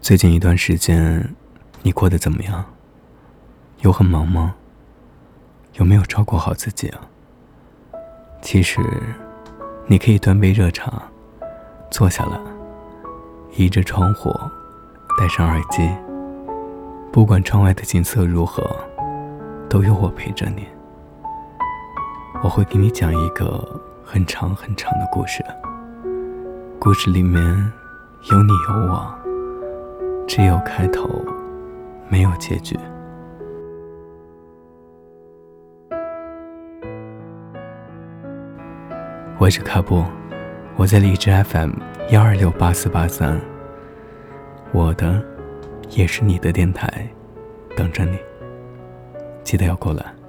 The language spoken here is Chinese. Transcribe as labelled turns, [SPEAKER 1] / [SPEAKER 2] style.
[SPEAKER 1] 最近一段时间，你过得怎么样？有很忙吗？有没有照顾好自己啊？其实，你可以端杯热茶，坐下来，倚着窗户，戴上耳机，不管窗外的景色如何，都有我陪着你。我会给你讲一个很长很长的故事，故事里面有你有我，只有开头，没有结局。我是卡布，我在荔枝 FM1268483，我的也是你的电台，等着你，记得要过来。